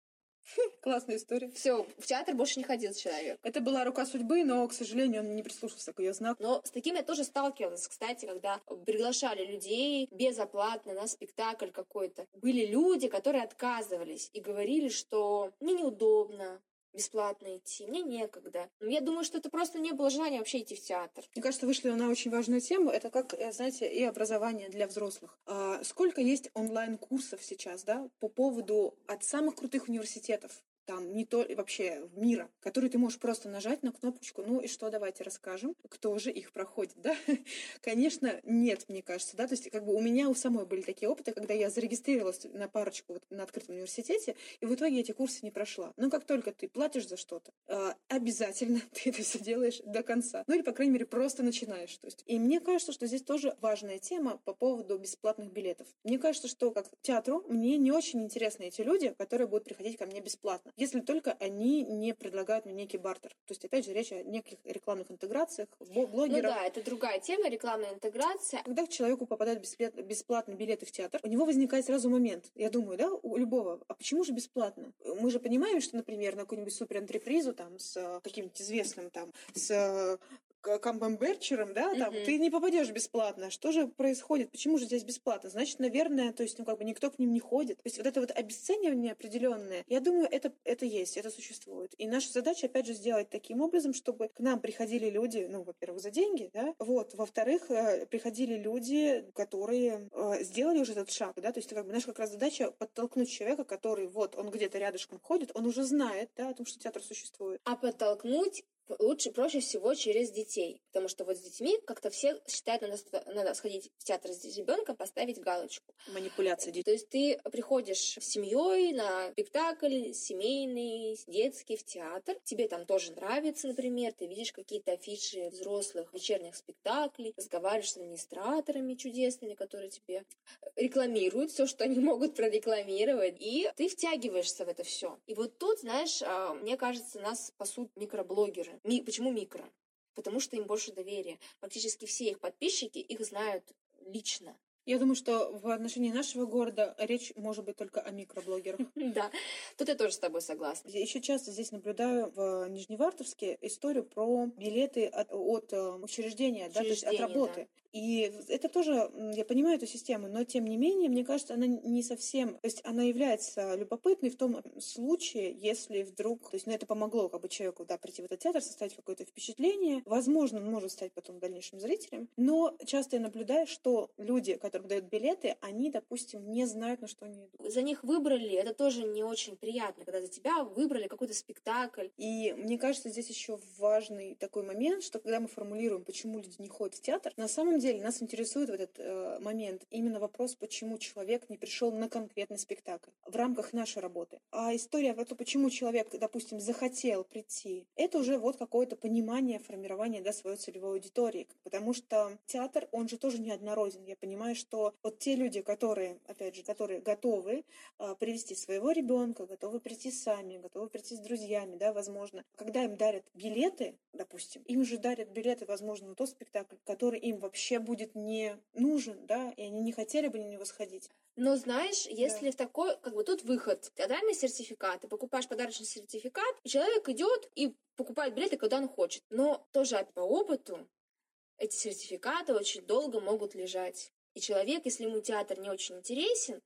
[SPEAKER 1] Классная история.
[SPEAKER 2] Все, в театр больше не ходил человек.
[SPEAKER 1] Это была рука судьбы, но, к сожалению, он не прислушался к ее знаку.
[SPEAKER 2] Но с таким я тоже сталкивалась, кстати, когда приглашали людей безоплатно на спектакль какой-то. Были люди, которые отказывались и говорили, что мне неудобно бесплатно идти, мне некогда. Но я думаю, что это просто не было желания вообще идти в театр.
[SPEAKER 1] Мне кажется, вышли на очень важную тему. Это как, знаете, и образование для взрослых. А сколько есть онлайн-курсов сейчас, да, по поводу от самых крутых университетов, там, не то вообще мира, которые ты можешь просто нажать на кнопочку, ну и что, давайте расскажем, кто же их проходит, да? Конечно, нет, мне кажется, да, то есть как бы у меня у самой были такие опыты, когда я зарегистрировалась на парочку вот, на открытом университете, и в итоге эти курсы не прошла. Но как только ты платишь за что-то, обязательно ты это все делаешь до конца. Ну или, по крайней мере, просто начинаешь. То есть. И мне кажется, что здесь тоже важная тема по поводу бесплатных билетов. Мне кажется, что как театру мне не очень интересны эти люди, которые будут приходить ко мне бесплатно, если только они не предлагают мне некий бартер. То есть, опять же, речь о неких рекламных интеграциях, блогеров.
[SPEAKER 2] Ну да, это другая тема, рекламная интеграция.
[SPEAKER 1] Когда к человеку попадают бесплатные билеты в театр, у него возникает сразу момент, я думаю, да, у любого, а почему же бесплатно? Мы же понимаем, что, например, на какую-нибудь суперантрепризу там с каким-нибудь известным там, с камбемберчером, да, там, uh-huh. ты не попадешь бесплатно. Что же происходит? Почему же здесь бесплатно? Значит, наверное, то есть, ну, как бы никто к ним не ходит. То есть, вот это вот обесценивание определенное, я думаю, это, это есть, это существует. И наша задача, опять же, сделать таким образом, чтобы к нам приходили люди, ну, во-первых, за деньги, да, вот, во-вторых, приходили люди, которые сделали уже этот шаг, да, то есть, как бы наша как раз задача подтолкнуть человека, который, вот, он где-то рядышком ходит, он уже знает, да, о том, что театр существует.
[SPEAKER 2] А подтолкнуть Лучше, проще всего через детей, потому что вот с детьми как-то все считают, надо, надо сходить в театр с ребенком, поставить галочку.
[SPEAKER 1] Манипуляция детей.
[SPEAKER 2] То есть ты приходишь с семьей на спектакль семейный, детский, в театр, тебе там тоже нравится, например, ты видишь какие-то афиши взрослых вечерних спектаклей, разговариваешь с администраторами чудесными, которые тебе рекламируют все, что они могут прорекламировать, и ты втягиваешься в это все. И вот тут, знаешь, мне кажется, нас спасут микроблогеры. Ми- почему микро? Потому что им больше доверия. Практически все их подписчики их знают лично.
[SPEAKER 1] Я думаю, что в отношении нашего города речь может быть только о микроблогерах.
[SPEAKER 2] Да, тут я тоже с тобой согласна.
[SPEAKER 1] Еще часто здесь наблюдаю в Нижневартовске историю про билеты от, от учреждения, да, то есть от работы. Да. И это тоже, я понимаю эту систему, но тем не менее, мне кажется, она не совсем, то есть она является любопытной в том случае, если вдруг, то есть, ну, это помогло как бы человеку, да, прийти в этот театр, составить какое-то впечатление, возможно, он может стать потом дальнейшим зрителем, но часто я наблюдаю, что люди, которые дают билеты, они, допустим, не знают, на что они идут.
[SPEAKER 2] За них выбрали, это тоже не очень приятно, когда за тебя выбрали какой-то спектакль.
[SPEAKER 1] И мне кажется, здесь еще важный такой момент, что когда мы формулируем, почему люди не ходят в театр, на самом деле нас интересует в этот э, момент именно вопрос, почему человек не пришел на конкретный спектакль в рамках нашей работы. А история про то, почему человек, допустим, захотел прийти, это уже вот какое-то понимание, формирование, да, своей целевой аудитории. Потому что театр, он же тоже неоднороден. Я понимаю, что вот те люди, которые, опять же, которые готовы э, привести своего ребенка, готовы прийти сами, готовы прийти с друзьями, да, возможно, когда им дарят билеты, допустим, им же дарят билеты, возможно, на тот спектакль, который им вообще будет не нужен, да, и они не хотели бы на него сходить.
[SPEAKER 2] Но знаешь, если
[SPEAKER 1] да.
[SPEAKER 2] в такой, как бы тут выход, театральный сертификат, ты покупаешь подарочный сертификат, и человек идет и покупает билеты, когда он хочет. Но тоже по опыту эти сертификаты очень долго могут лежать. И человек, если ему театр не очень интересен,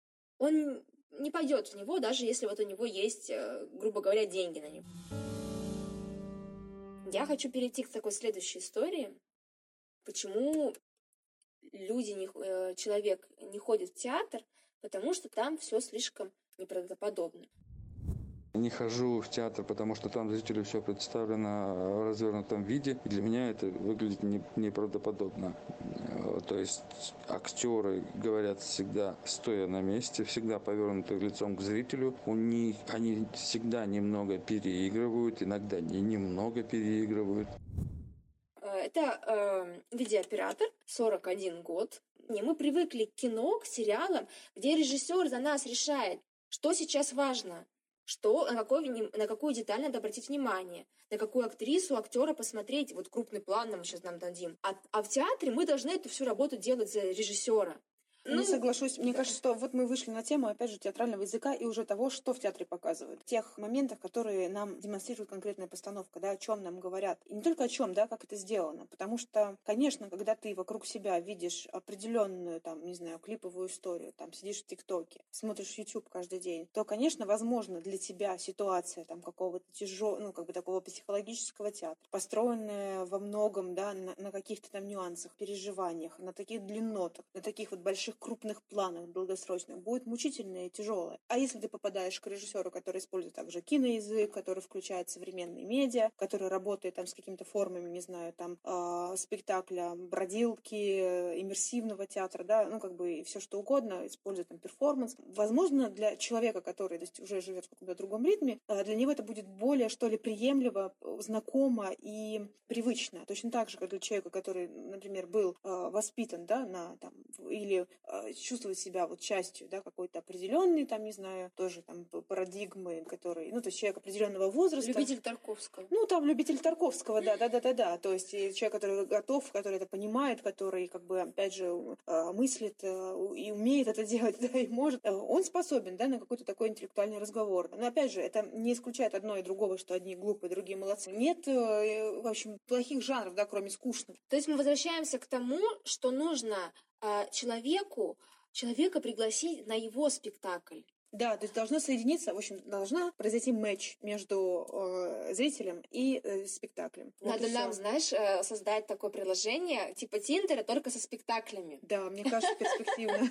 [SPEAKER 2] он не пойдет в него, даже если вот у него есть, грубо говоря, деньги на него. Я хочу перейти к такой следующей истории. Почему люди, не, человек не ходит в театр? Потому что там все слишком неправдоподобно.
[SPEAKER 7] Не хожу в театр, потому что там зрителю все представлено в развернутом виде. И для меня это выглядит не, неправдоподобно. То есть актеры говорят всегда стоя на месте, всегда повернуты лицом к зрителю. У них они всегда немного переигрывают, иногда не немного переигрывают.
[SPEAKER 2] Это э, видеооператор, сорок один год. Мы привыкли к кино, к сериалам, где режиссер за нас решает, что сейчас важно. Что, на, какой, на какую деталь надо обратить внимание, на какую актрису, актера посмотреть, вот крупный план нам сейчас нам дадим. А, а в театре мы должны эту всю работу делать за режиссера.
[SPEAKER 1] Не ну, соглашусь. Мне кажется, что вот мы вышли на тему, опять же, театрального языка и уже того, что в театре показывают. В тех моментах, которые нам демонстрирует конкретная постановка, да, о чем нам говорят. И не только о чем, да, как это сделано. Потому что, конечно, когда ты вокруг себя видишь определенную, там, не знаю, клиповую историю, там, сидишь в ТикТоке, смотришь YouTube каждый день, то, конечно, возможно, для тебя ситуация там какого-то тяжелого, ну, как бы такого психологического театра, построенная во многом, да, на, на каких-то там нюансах, переживаниях, на таких длиннотах, на таких вот больших крупных планах долгосрочных, будет мучительное и тяжелое. А если ты попадаешь к режиссеру, который использует также киноязык, который включает современные медиа, который работает там с какими-то формами, не знаю, там э, спектакля, бродилки, иммерсивного театра, да, ну как бы и все что угодно, использует там перформанс. Возможно, для человека, который то есть, уже живет в каком-то другом ритме, э, для него это будет более, что ли, приемлемо, знакомо и привычно. Точно так же, как для человека, который, например, был э, воспитан, да, на там, или чувствовать себя вот частью, да, какой-то определенной, там, не знаю, тоже там парадигмы, который, ну, то есть человек определенного возраста.
[SPEAKER 2] Любитель Тарковского.
[SPEAKER 1] Ну, там, любитель Тарковского, да, да, да, да, да. То есть человек, который готов, который это понимает, который, как бы, опять же, мыслит и умеет это делать, да, и может, он способен, да, на какой-то такой интеллектуальный разговор. Но, опять же, это не исключает одно и другого, что одни глупые, другие молодцы. Нет, в общем, плохих жанров, да, кроме скучных.
[SPEAKER 2] То есть мы возвращаемся к тому, что нужно человеку, человека пригласить на его спектакль.
[SPEAKER 1] Да, то есть должно соединиться, в общем, должна произойти матч между э, зрителем и э, спектаклем.
[SPEAKER 2] Надо вот нам, знаешь, э, создать такое приложение типа Тиндера, только со спектаклями.
[SPEAKER 1] Да, мне кажется, перспективно.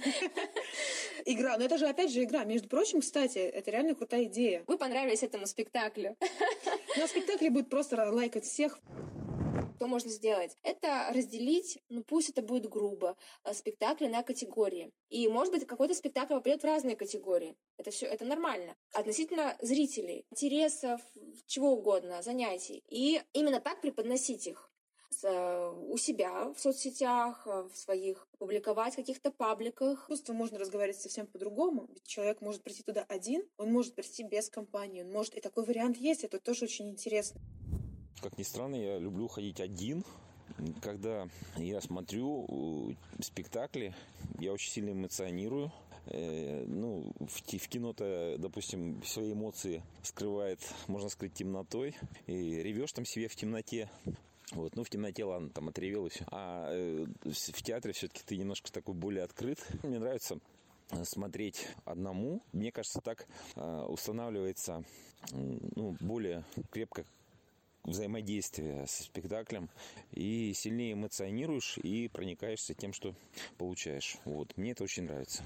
[SPEAKER 1] Игра, но это же, опять же, игра. Между прочим, кстати, это реально крутая идея.
[SPEAKER 2] Вы понравились этому спектаклю.
[SPEAKER 1] На спектакле будет просто лайкать всех.
[SPEAKER 2] Что можно сделать? Это разделить, ну пусть это будет грубо, спектакли на категории. И, может быть, какой-то спектакль попадет в разные категории. Это все, это нормально. Относительно зрителей, интересов, чего угодно, занятий. И именно так преподносить их. У себя в соцсетях, в своих, публиковать в каких-то пабликах.
[SPEAKER 1] Искусство можно разговаривать совсем по-другому. Ведь человек может прийти туда один, он может прийти без компании, он может... И такой вариант есть, это тоже очень интересно.
[SPEAKER 8] Как ни странно, я люблю ходить один. Когда я смотрю спектакли, я очень сильно эмоционирую. Э, ну, в, в кино-то, допустим, свои эмоции скрывает, можно сказать, темнотой. И ревешь там себе в темноте. Вот, ну, в темноте, ладно, там отревел и все. А э, в театре все-таки ты немножко такой более открыт. Мне нравится смотреть одному. Мне кажется, так э, устанавливается э, ну, более крепко взаимодействие со спектаклем, и сильнее эмоционируешь и проникаешься тем, что получаешь. Вот. Мне это очень нравится.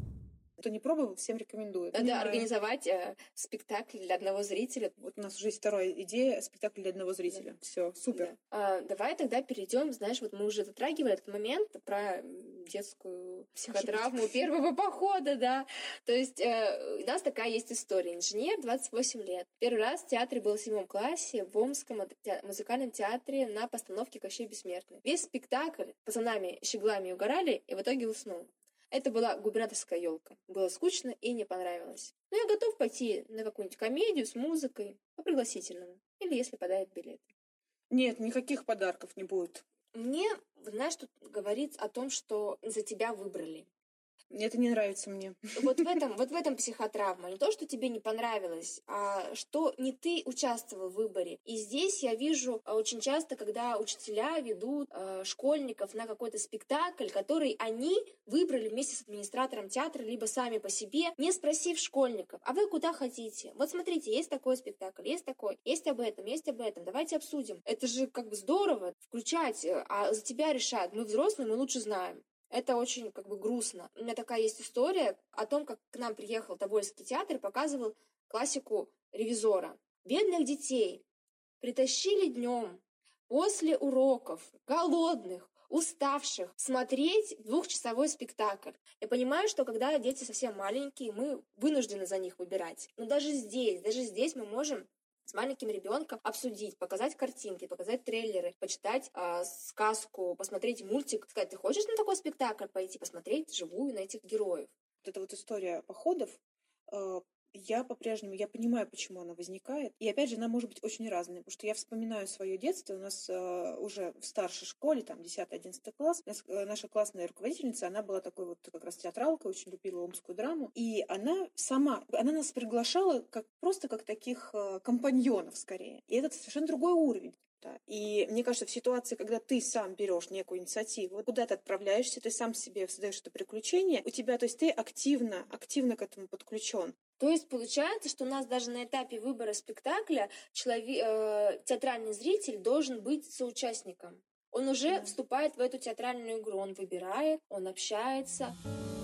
[SPEAKER 1] Кто не пробовал, всем рекомендую.
[SPEAKER 2] Надо Понимаю. организовать э, спектакль для одного зрителя.
[SPEAKER 1] Вот у нас уже есть вторая идея — спектакль для одного зрителя. Да. Все, супер.
[SPEAKER 2] Да. А, давай тогда перейдем, знаешь, вот мы уже затрагивали этот момент про детскую психотравму первого похода, да. То есть э, у нас такая есть история. Инженер, двадцать восемь лет. Первый раз в театре был в седьмом классе в Омском музыкальном театре на постановке «Кощей Бессмертный». Весь спектакль пацанами щеглами угорали и в итоге уснул. Это была губернаторская елка. Было скучно и не понравилось. Но я готов пойти на какую-нибудь комедию с музыкой по пригласительному. Или если подают билеты.
[SPEAKER 1] Нет, никаких подарков не будет.
[SPEAKER 2] Мне, знаешь, тут говорится о том, что за тебя выбрали.
[SPEAKER 1] Это не нравится мне.
[SPEAKER 2] Вот в этом, вот в этом психотравма. Не то, что тебе не понравилось, а что не ты участвовал в выборе. И здесь я вижу очень часто, когда учителя ведут э, школьников на какой-то спектакль, который они выбрали вместе с администратором театра, либо сами по себе, не спросив школьников, а вы куда хотите? Вот смотрите, есть такой спектакль, есть такой, есть об этом, есть об этом, давайте обсудим. Это же как бы здорово включать, а за тебя решают. Мы взрослые, мы лучше знаем. Это очень как бы грустно. У меня такая есть история о том, как к нам приехал Тобольский театр и показывал классику «Ревизора». Бедных детей притащили днем после уроков, голодных, уставших, смотреть двухчасовой спектакль. Я понимаю, что когда дети совсем маленькие, мы вынуждены за них выбирать. Но даже здесь, даже здесь мы можем с маленьким ребенком обсудить, показать картинки, показать трейлеры, почитать э, сказку, посмотреть мультик, сказать, ты хочешь на такой спектакль пойти, посмотреть живую на этих героев.
[SPEAKER 1] Вот эта вот история походов, э, я по-прежнему, я понимаю, почему она возникает. И опять же, она может быть очень разной, потому что я вспоминаю свое детство. У нас э, уже в старшей школе, там, десятый-одиннадцатый класс, нас, э, наша классная руководительница, она была такой вот как раз театралкой, очень любила омскую драму. И она сама, она нас приглашала как, просто как таких э, компаньонов скорее. И это совершенно другой уровень. Да. И мне кажется, в ситуации, когда ты сам берешь некую инициативу, куда ты отправляешься, ты сам себе создаешь это приключение, у тебя, то есть ты активно, активно к этому подключен.
[SPEAKER 2] То есть получается, что у нас даже на этапе выбора спектакля человек, э, театральный зритель должен быть соучастником. Он уже да. вступает в эту театральную игру, он выбирает, он общается.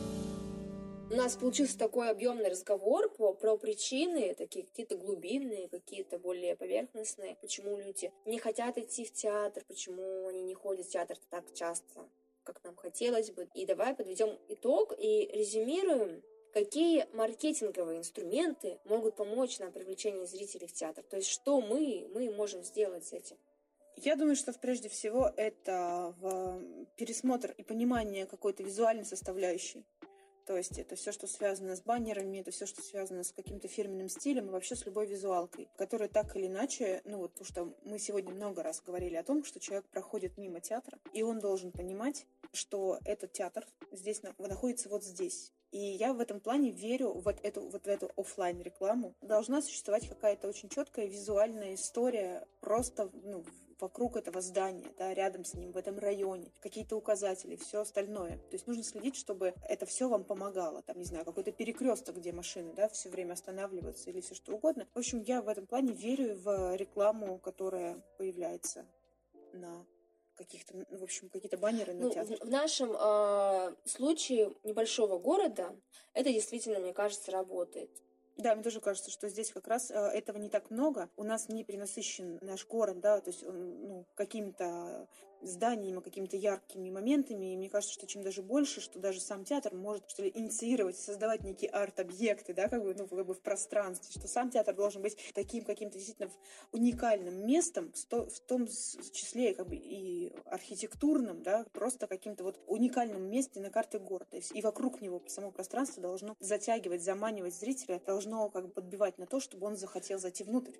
[SPEAKER 2] У нас получился такой объемный разговор по, про причины, такие какие-то глубинные, какие-то более поверхностные. Почему люди не хотят идти в театр, почему они не ходят в театр так часто, как нам хотелось бы. И давай подведем итог и резюмируем, какие маркетинговые инструменты могут помочь нам привлечению зрителей в театр. То есть что мы, мы можем сделать с этим.
[SPEAKER 1] Я думаю, что прежде всего это пересмотр и понимание какой-то визуальной составляющей. То есть это все, что связано с баннерами, это все, что связано с каким-то фирменным стилем и вообще с любой визуалкой, которая так или иначе, ну вот, потому что мы сегодня много раз говорили о том, что человек проходит мимо театра, и он должен понимать, что этот театр здесь находится вот здесь. И я в этом плане верю в эту, вот в эту офлайн-рекламу. Должна существовать какая-то очень четкая визуальная история просто ну, вокруг этого здания, да, рядом с ним, в этом районе, какие-то указатели, все остальное. То есть нужно следить, чтобы это все вам помогало. Там, не знаю, какой-то перекресток, где машины, да, все время останавливаются или все что угодно. В общем, я в этом плане верю в рекламу, которая появляется на каких-то, в общем, какие-то баннеры на
[SPEAKER 2] ну,
[SPEAKER 1] театр.
[SPEAKER 2] В, в нашем э, случае небольшого города это действительно, мне кажется, работает.
[SPEAKER 1] Да, мне тоже кажется, что здесь как раз э, этого не так много. У нас не перенасыщен наш город, да, то есть он, ну, какими-то зданиями, какими-то яркими моментами. И мне кажется, что чем даже больше, что даже сам театр может, что ли, инициировать, создавать некие арт-объекты, да, как бы, ну, как бы в пространстве, что сам театр должен быть таким каким-то действительно уникальным местом, в, то, в том числе как бы и архитектурным, да, просто каким-то вот уникальным месте на карте города. И вокруг него само пространство должно затягивать, заманивать зрителя, должно как бы подбивать на то, чтобы он захотел зайти внутрь.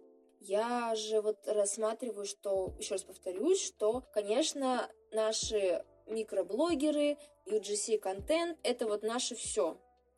[SPEAKER 2] Я же вот рассматриваю, что, еще раз повторюсь, что, конечно, наши микроблогеры, ю джи си-контент — это вот наше все.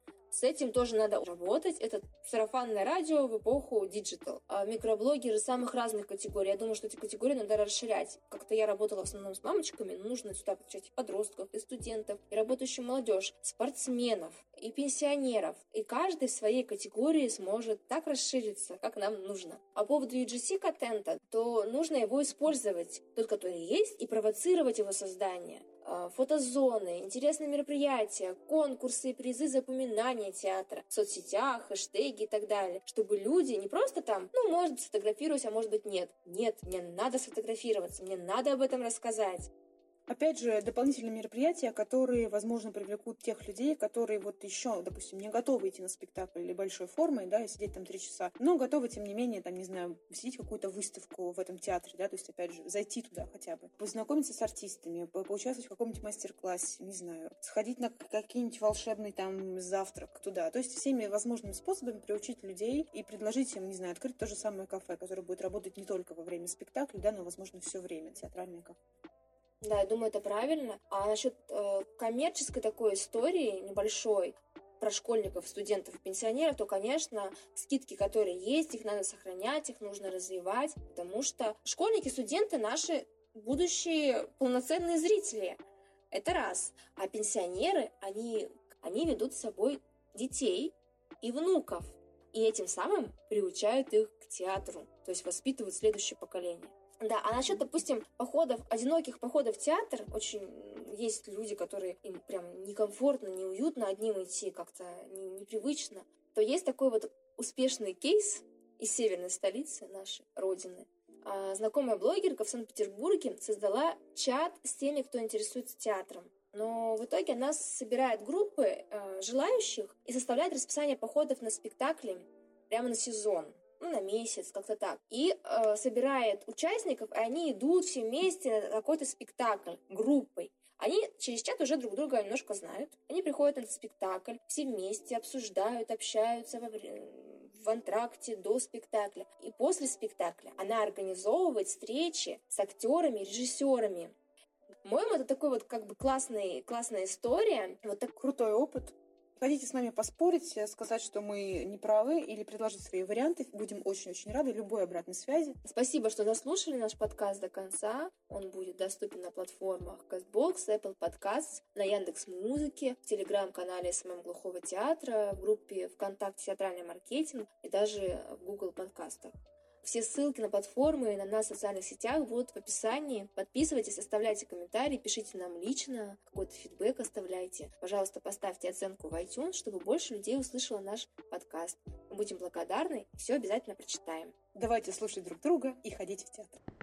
[SPEAKER 2] С этим тоже надо работать. Это сарафанное радио в эпоху диджитал. А микроблогеры самых разных категорий. Я думаю, что эти категории надо расширять. Как-то я работала в основном с мамочками, но нужно сюда подключать и подростков, и студентов, и работающую молодежь, спортсменов, и пенсионеров. И каждый в своей категории сможет так расшириться, как нам нужно. А по поводу ю джи си-контента, то нужно его использовать, тот, который есть, и провоцировать его создание. Фотозоны, интересные мероприятия, конкурсы и призы за упоминание театра в соцсетях, хэштеги и так далее, чтобы люди не просто там, ну, может быть, сфотографируюсь, а может быть, нет. Нет, мне надо сфотографироваться, мне надо об этом рассказать.
[SPEAKER 1] Опять же, дополнительные мероприятия, которые, возможно, привлекут тех людей, которые вот еще, допустим, не готовы идти на спектакль или большой формой, да, и сидеть там три часа, но готовы, тем не менее, там, не знаю, посетить какую-то выставку в этом театре, да, то есть, опять же, зайти туда хотя бы, познакомиться с артистами, по поучаствовать в каком-нибудь мастер-классе, не знаю, сходить на какой-нибудь волшебный там завтрак туда, то есть всеми возможными способами приучить людей и предложить им, не знаю, открыть то же самое кафе, которое будет работать не только во время спектакля, да, но, возможно, все время, театральное кафе.
[SPEAKER 2] Да, я думаю, это правильно. А насчет э, коммерческой такой истории небольшой про школьников, студентов и пенсионеров, то, конечно, скидки, которые есть, их надо сохранять, их нужно развивать, потому что школьники, студенты — наши будущие полноценные зрители. Это раз. А пенсионеры, они, они ведут с собой детей и внуков, и этим самым приучают их к театру, то есть воспитывают следующее поколение. Да, а насчет, допустим, походов, одиноких походов в театр, очень есть люди, которые им прям некомфортно, неуютно одним идти, как-то не, непривычно, то есть такой вот успешный кейс из северной столицы нашей родины. А, знакомая блогерка в Санкт-Петербурге создала чат с теми, кто интересуется театром. Но в итоге она собирает группы э, желающих и составляет расписание походов на спектакли прямо на сезон. Ну, на месяц, как-то так. И э, собирает участников, и они идут все вместе на какой-то спектакль группой. Они через чат уже друг друга немножко знают. Они приходят на этот спектакль, все вместе обсуждают, общаются во время, в антракте до спектакля. И после спектакля она организовывает встречи с актерами, режиссерами. По-моему, это такой вот как бы классный, классная история.
[SPEAKER 1] Вот так крутой опыт. Хотите с нами поспорить, сказать, что мы не правы, или предложить свои варианты, будем очень-очень рады любой обратной связи.
[SPEAKER 2] Спасибо, что дослушали наш подкаст до конца. Он будет доступен на платформах Castbox, Apple Podcasts, на Яндекс.Музыке, в телеграм-канале эс эм эм Глухого театра, в группе ВКонтакте «Театральный маркетинг» и даже в Google подкастах. Все ссылки на платформы и на нас в социальных сетях будут в описании. Подписывайтесь, оставляйте комментарии, пишите нам лично, какой-то фидбэк оставляйте. Пожалуйста, поставьте оценку в iTunes, чтобы больше людей услышало наш подкаст. Мы будем благодарны, все обязательно прочитаем.
[SPEAKER 1] Давайте слушать друг друга и ходить в театр.